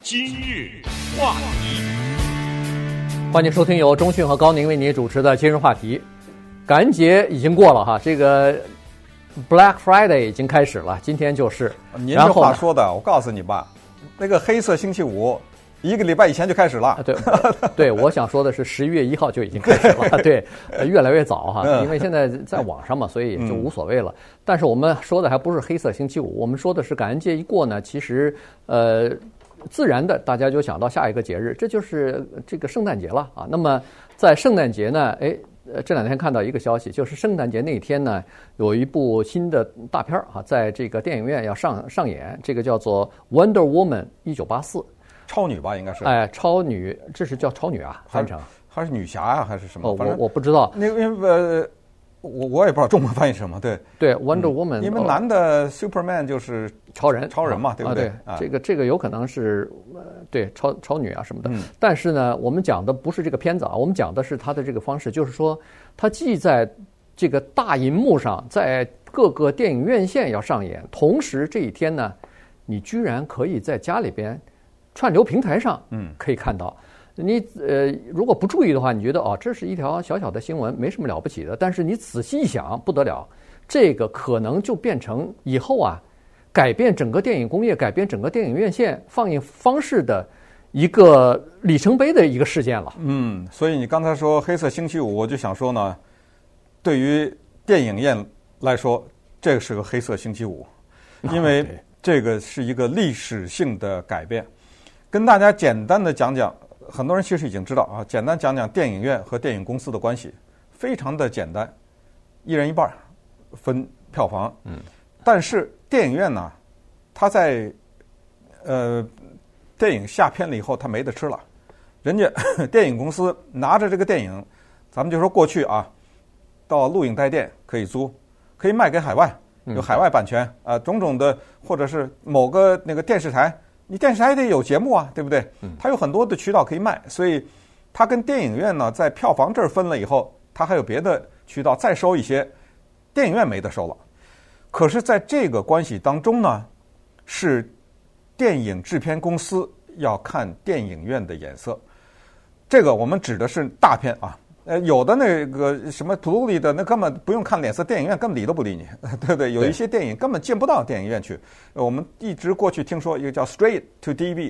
今日话题， 欢迎收听由钟迅和高宁为你主持的今日话题。感恩节已经过了哈，这个 Black Friday 已经开始了，今天就是。 您这话说的，我告诉你吧，那个黑色星期五1个礼拜以前就开始了。 对，我想说的是11月1号就已经开始了。对，越来越早哈，因为现在在网上嘛，所以就无所谓了。但是我们说的还不是黑色星期五，我们说的是感恩节一过呢，其实自然的大家就想到下一个节日，这就是这个圣诞节了啊。那么在圣诞节呢，这两天看到一个消息，就是圣诞节那天呢，有一部新的大片啊，在这个电影院要上演，这个叫做《Wonder Woman 1984》。 超女吧，应该是。 超女，这是叫超女啊，翻成还是女侠啊，还是什么？ 我不知道。 我也不知道中文翻译什么。 对 ，Wonder Woman， 因为男的 Superman 就是超人嘛， 对不对？ 这个有可能是对超女啊什么的。但是呢，我们讲的不是这个片子啊，我们讲的是它的这个方式，就是说它既在这个大银幕上，在各个电影院线要上演，同时这一天呢，你居然可以在家里边串流平台上可以看到。你如果不注意的话，你觉得这是一条小小的新闻，没什么了不起的。但是你仔细一想，不得了，这个可能就变成以后啊，改变整个电影工业、改变整个电影院线放映方式的一个里程碑的一个事件了。 所以你刚才说黑色星期五，我就想说呢，对于电影院来说，这个是个黑色星期五，因为这个是一个历史性的改变。跟大家简单的讲讲。很多人其实已经知道啊，简单讲讲电影院和电影公司的关系，非常的简单，一人一半分票房。但是电影院呢，它在电影下片了以后，它没得吃了。人家电影公司拿着这个电影，咱们就说过去啊，到录影带店可以租，可以卖给海外，有海外版权种种的，或者是某个那个电视台。你电视台得有节目啊，对不对？它有很多的渠道可以卖，所以它跟电影院呢，在票房这儿分了以后，它还有别的渠道再收一些，电影院没得收了。可是，在这个关系当中呢，是电影制片公司要看电影院的眼色。这个我们指的是大片啊，有的那个什么图里的那根本不用看脸色，电影院根本理都不理你，对不对？有一些电影根本进不到电影院去。我们一直过去听说一个叫 Straight to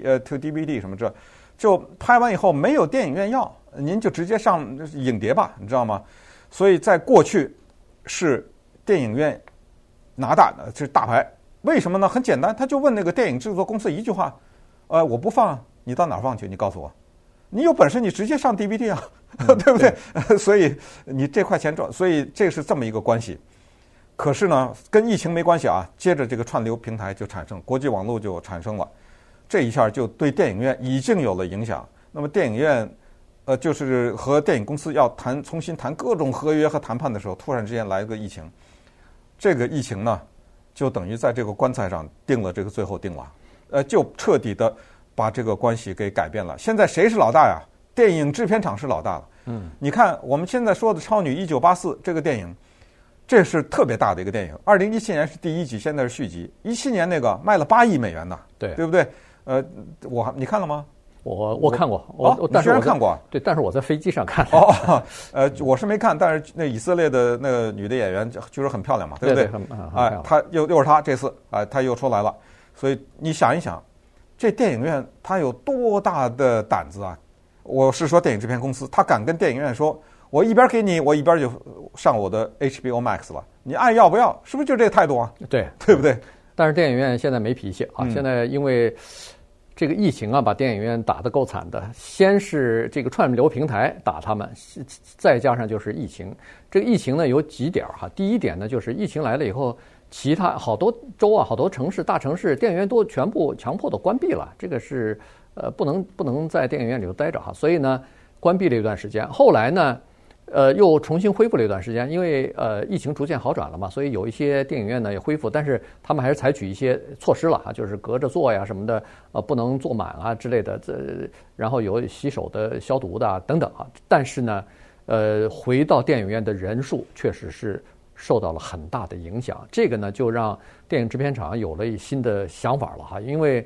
DVD 什么这，就拍完以后没有电影院要，您就直接上影碟吧，你知道吗？所以在过去是电影院拿大的，这是大牌。为什么呢？很简单，他就问那个电影制作公司一句话，我不放，你到哪儿放去？你告诉我。你有本事你直接上 DVD 啊，对不对？所以你这块钱赚，所以这是这么一个关系。可是呢，跟疫情没关系啊。接着这个串流平台就产生，国际网络就产生了，这一下就对电影院已经有了影响。那么电影院就是和电影公司要重新谈各种合约和谈判的时候，突然之间来了个疫情。这个疫情呢，就等于在这个棺材上定了这个最后定了，就彻底的把这个关系给改变了。现在谁是老大呀？电影制片厂是老大了。你看我们现在说的《超女1984》这个电影，这是特别大的一个电影。2017年是第1集，现在是续集。17年那个卖了8亿美元呢，对不对？你看了吗？ 我看过， 你居然看过？ 对，但是我在飞机上看。 我是没看，但是那以色列的那个女的演员据说很漂亮嘛，对不对？她又是她这次她又出来了。所以你想一想，这电影院它有多大的胆子啊！我是说电影制片公司，他敢跟电影院说，我一边给你，我一边就上我的 HBO Max 了，你爱要不要？是不是就这个态度啊？ 对不对？ 但是电影院现在没脾气啊！现在因为这个疫情啊，把电影院打得够惨的。先是这个串流平台打他们，再加上就是疫情。这个疫情呢有几点哈。第一点呢，就是疫情来了以后，其他好多州啊、好多城市、大城市电影院都全部强迫的关闭了。这个是不能在电影院里头待着哈。所以呢，关闭了一段时间。后来呢，又重新恢复了一段时间，因为疫情逐渐好转了嘛，所以有一些电影院呢也恢复，但是他们还是采取一些措施了就是隔着坐呀什么的，不能坐满啊之类的，然后有洗手的、消毒的等等但是呢，回到电影院的人数确实是受到了很大的影响。这个呢，就让电影制片厂有了新的想法了因为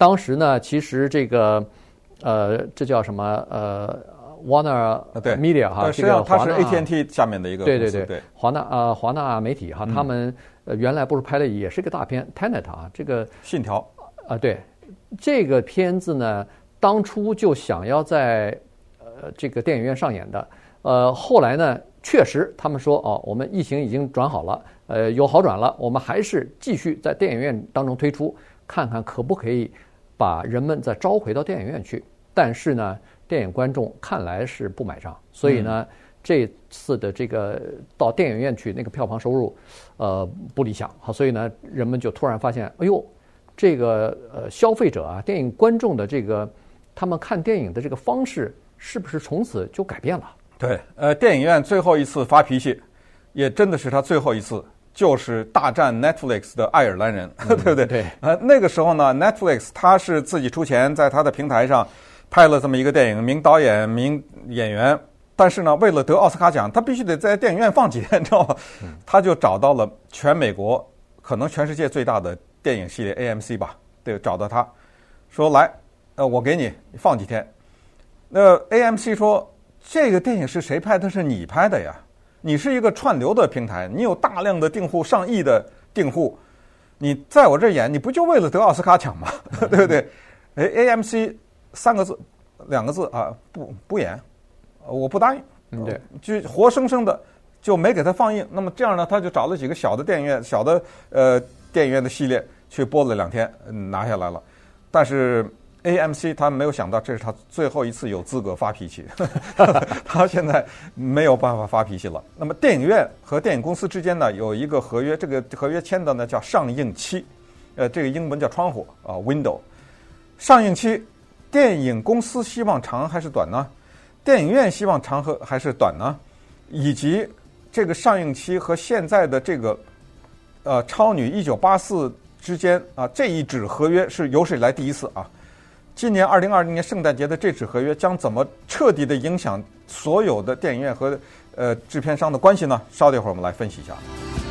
当时呢，其实这个这叫什么Warner Media 哈， 实际上它是 AT&T 下面的一个公司， 对，华纳媒体哈，他们原来不是拍的也是个大片 Tenet 啊，这个信条对，这个片子呢，当初就想要在这个电影院上演的，后来呢，确实他们说我们疫情已经转好了，有好转了，我们还是继续在电影院当中推出，看看可不可以把人们再招回到电影院去。但是呢，电影观众看来是不买账，所以呢，这次的这个到电影院去那个票房收入，不理想。好，所以呢，人们就突然发现，哎呦，这个消费者啊，电影观众的这个他们看电影的这个方式，是不是从此就改变了？ 对，电影院最后一次发脾气，也真的是他最后一次，就是大战 Netflix 的爱尔兰人，对不对？ 对。 那个时候呢 ，Netflix 他是自己出钱在他的平台上拍了这么一个电影，名导演、名演员，但是呢，为了得奥斯卡奖，他必须得在电影院放几天，知道吗？他就找到了全美国，可能全世界最大的电影系列 AMC 吧，对，找到他，说来，我给你放几天。那 AMC 说，这个电影是谁拍的？是你拍的呀，你是一个串流的平台，你有大量的订户，上亿的订户，你在我这演，你不就为了得奥斯卡奖吗？对不对？AMC 2个字啊，不演，我不答应。 对， 就活生生的就没给他放映。那么这样呢，他就找了几个小的电影院、小的电影院的系列去播了2天，拿下来了。但是 AMC 他没有想到，这是他最后一次有资格发脾气，他现在没有办法发脾气了。那么电影院和电影公司之间呢有一个合约，这个合约签的呢叫上映期，这个英文叫窗户啊 window。上映期，电影公司希望长还是短呢？电影院希望长还是短呢？以及这个上映期和现在的这个超女1984之间啊，这一纸合约是有史以来第一次啊。今年2020年圣诞节的这纸合约将怎么彻底的影响所有的电影院和制片商的关系呢？稍等一会儿我们来分析一下。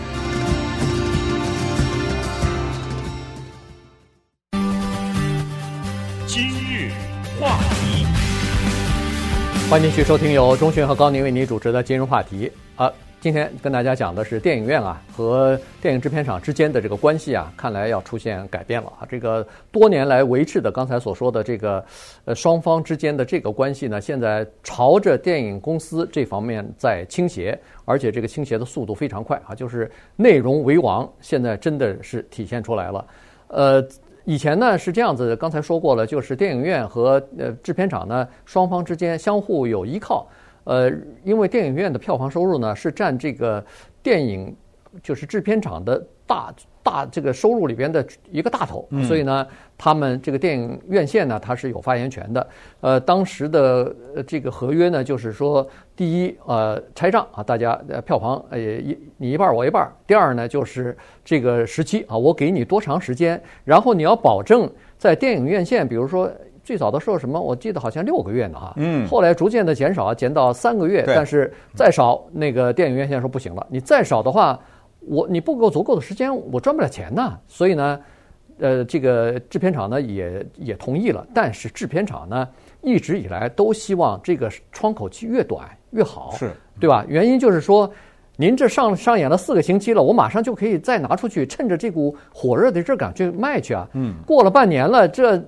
今日话题， 欢迎继续收听由钟迅和高宁为你主持的今日话题啊。今天跟大家讲的是电影院啊和电影制片厂之间的这个关系啊，看来要出现改变了啊。这个多年来维持的刚才所说的这个双方之间的这个关系呢，现在朝着电影公司这方面在倾斜，而且这个倾斜的速度非常快啊，就是内容为王，现在真的是体现出来了。以前呢是这样子，刚才说过了，就是电影院和制片厂呢双方之间相互有依靠。因为电影院的票房收入呢是占这个电影就是制片厂的大这个收入里边的一个大头，所以呢，他们这个电影院线呢它是有发言权的。当时的这个合约呢就是说，第一拆账啊，大家票房你一半我一半。第二呢就是这个时期啊，我给你多长时间，然后你要保证在电影院线，比如说。最早的时候什么，我记得好像6个月呢哈，后来逐渐的减少，减到3个月，但是再少那个电影院线说不行了，你再少的话，你不给我足够的时间，我赚不了钱呢。所以呢，这个制片厂呢也同意了，但是制片厂呢一直以来都希望这个窗口期越短越好， 是对吧？原因就是说。您这上演了4个星期了，我马上就可以再拿出去，趁着这股火热的热感去卖去啊！过了半年了，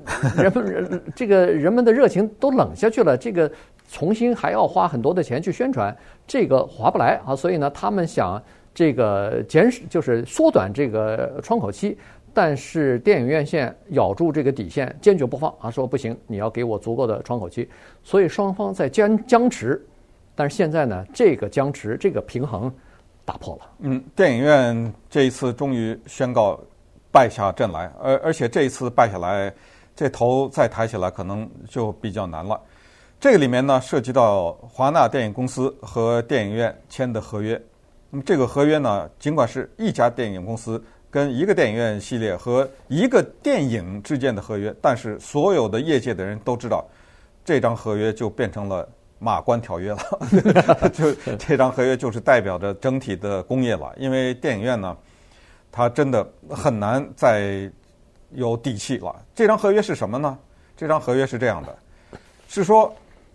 人们的热情都冷下去了，这个重新还要花很多的钱去宣传，这个划不来啊！所以呢，他们想这个就是缩短这个窗口期，但是电影院线咬住这个底线，坚决不放啊！说不行，你要给我足够的窗口期，所以双方在僵持。但是现在呢，这个僵持，这个平衡打破了。 电影院这一次终于宣告败下阵来，而且这一次败下来，这头再抬起来可能就比较难了。这个里面呢，涉及到华纳电影公司和电影院签的合约。那么这个合约呢，尽管是一家电影公司跟一个电影院系列和一个电影之间的合约，但是所有的业界的人都知道，这张合约就变成了马关条约了。就这张合约就是代表着整体的工业了，因为电影院呢，它真的很难在有底气了。这张合约是什么呢？这张合约是这样的，是说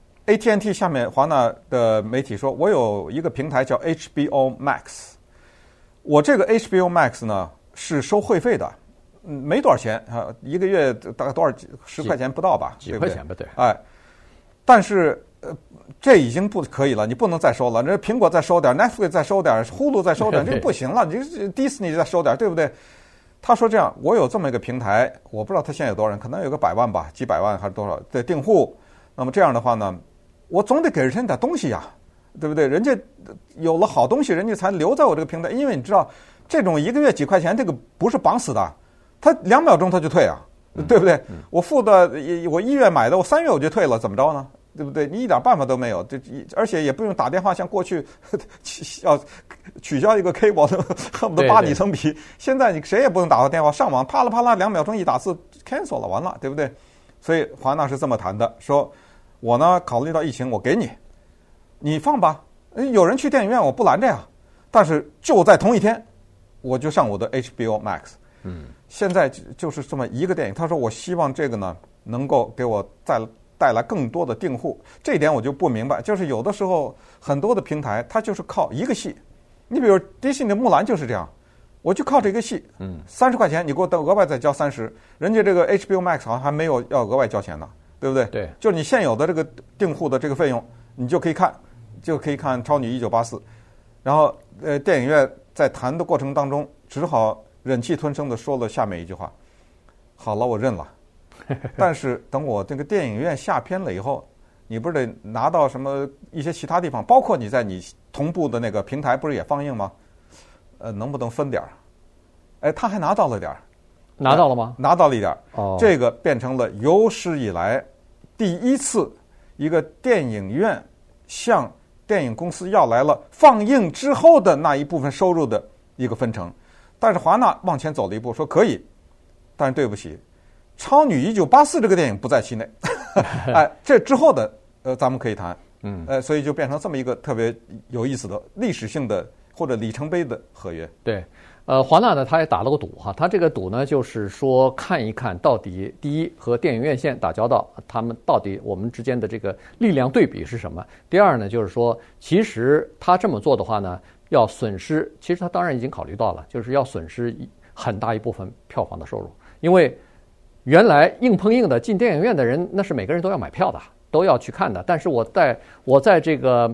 AT&T 下面华纳的媒体说，我有一个平台叫 HBO Max， 我这个 HBO Max 呢是收会费的，没多少钱啊，一个月大概多少10块钱不到吧， 几块钱吧，对。 哎，但是这已经不可以了，你不能再收了。这苹果再收点 ，Netflix 再收点，Hulu 再收点，这个不行了。你这 Disney 再收点，对不对？他说这样，我有这么一个平台，我不知道他现在有多少人，可能有个100万吧，几百万还是多少的订户。那么这样的话呢，我总得给人家点东西呀，对不对？人家有了好东西，人家才留在我这个平台。因为你知道，这种一个月几块钱，这个不是绑死的，他2秒钟他就退啊，对不对？我付的，我1月买的，我3月我就退了，怎么着呢？对不对？你一点办法都没有，而且也不用打电话，像过去要取消一个 cable， 恨不得扒你层皮。现在你谁也不用打个电话，上网啪啦啪啦2秒钟一打字 cancel 了，完了，对不对？所以华纳是这么谈的，说我呢考虑到疫情，我给你，你放吧。有人去电影院我不拦着呀，但是就在同一天，我就上我的 HBO Max。现在就是这么一个电影。他说我希望这个呢能够给我带来更多的订户，这一点我就不明白。就是有的时候很多的平台，它就是靠一个戏。你比如迪士尼的木兰就是这样，我就靠这个戏，30块钱你给我额外再交30，人家这个 HBO Max 好像还没有要额外交钱呢，对不对？ 对， 就是你现有的这个订户的这个费用，你就可以看超女1984。然后电影院在谈的过程当中，只好忍气吞声的说了下面一句话：好了，我认了。但是等我这个电影院下片了以后，你不是得拿到什么一些其他地方，包括你在你同步的那个平台不是也放映吗？能不能分点儿？哎，他还拿到了点儿， 拿到了吗？ 拿到了一点儿。 哦， 这个变成了有史以来第一次一个电影院向电影公司要来了放映之后的那一部分收入的一个分成。但是华纳往前走了一步，说可以，但是对不起。超女1984这个电影不在其内，哎，这之后的咱们可以谈，所以就变成这么一个特别有意思的历史性的或者里程碑的合约。 对，华纳呢，他也打了个赌哈，他这个赌呢，就是说看一看到底第一和电影院线打交道，他们到底我们之间的这个力量对比是什么？第二呢，就是说其实他这么做的话呢，要损失，其实他当然已经考虑到了，就是要损失很大一部分票房的收入，因为原来硬碰硬的进电影院的人，那是每个人都要买票的，都要去看的。但是我在这个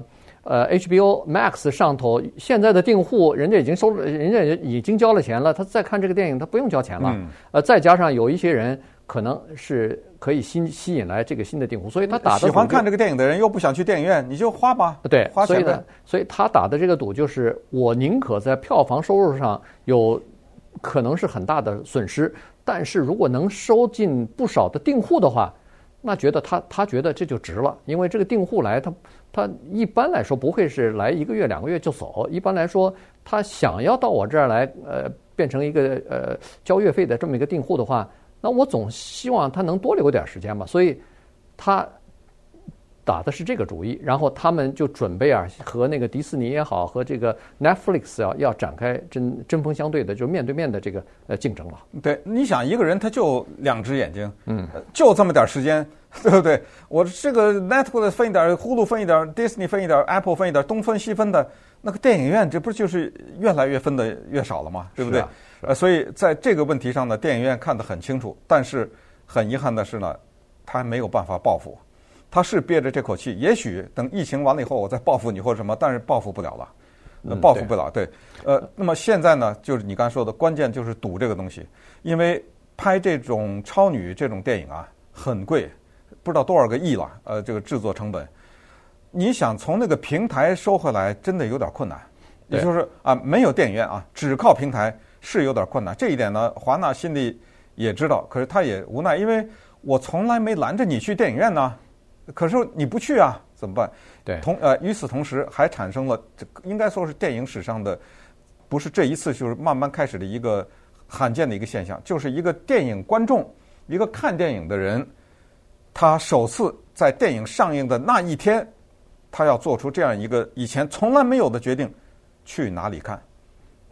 HBO Max 上头，现在的订户人家已经已经交了钱了，他再看这个电影他不用交钱了。再加上有一些人可能是可以吸引来这个新的订户，所以他打的喜欢看这个电影的人又不想去电影院，你就花吧。 对， 花钱呗。 所以他打的这个赌就是我宁可在票房收入上有可能是很大的损失。但是如果能收进不少的订户的话，那觉得他觉得这就值了，因为这个订户来他一般来说不会是来1个月2个月就走，一般来说他想要到我这儿来变成一个交月费的这么一个订户的话，那我总希望他能多留点时间嘛，所以他打的是这个主意，然后他们就准备和那个迪士尼也好，和这个 Netflix 要展开针锋相对的，就面对面的这个竞争了。 对，你想一个人他就2只眼睛，就这么点时间，对不对？我这个 Netflix 分一点，Hulu 分一点，Disney 分一点，Apple 分一点，东分西分的，那个电影院这不就是越来越分的越少了吗？对不对？所以在这个问题上呢，电影院看得很清楚，但是很遗憾的是呢，他没有办法报复。他是憋着这口气，也许等疫情完了以后，我再报复你或者什么，但是报复不了了，报复不了。对，那么现在呢，就是你刚才说的，关键就是赌这个东西，因为拍这种超女这种电影啊，很贵，不知道多少个亿了，这个制作成本，你想从那个平台收回来，真的有点困难。也就是没有电影院啊，只靠平台是有点困难。这一点呢，华纳心里也知道，可是他也无奈，因为我从来没拦着你去电影院呢。可是你不去啊，怎么办？ 对， 与此同时还产生了应该说是电影史上的，不是这一次，就是慢慢开始的一个罕见的一个现象，就是一个电影观众，一个看电影的人，他首次在电影上映的那一天，他要做出这样一个以前从来没有的决定，去哪里看？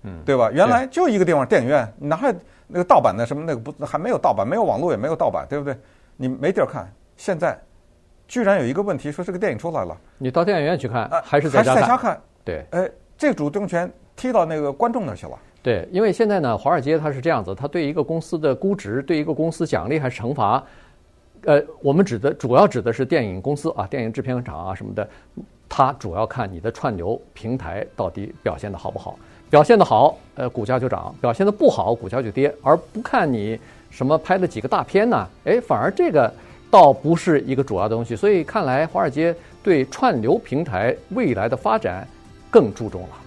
对吧？原来就一个地方电影院，哪还那个盗版的什么那个不还没有盗版，没有网络也没有盗版，对不对？你没地儿看。现在居然有一个问题，说这个电影出来了， 你到电影院去看，还是在家看？ 对， 这个主动权踢到那个观众那儿去了。 对，因为现在呢，华尔街它是这样子，它对一个公司的估值，对一个公司奖励还是惩罚，我们主要指的是电影公司啊，电影制片厂啊什么的，它主要看你的串流平台到底表现的好不好，表现的好，股价就涨；表现的不好，股价就跌，而不看你什么拍了几个大片呢，反而这个倒不是一个主要的东西。所以看来华尔街对串流平台未来的发展更注重了。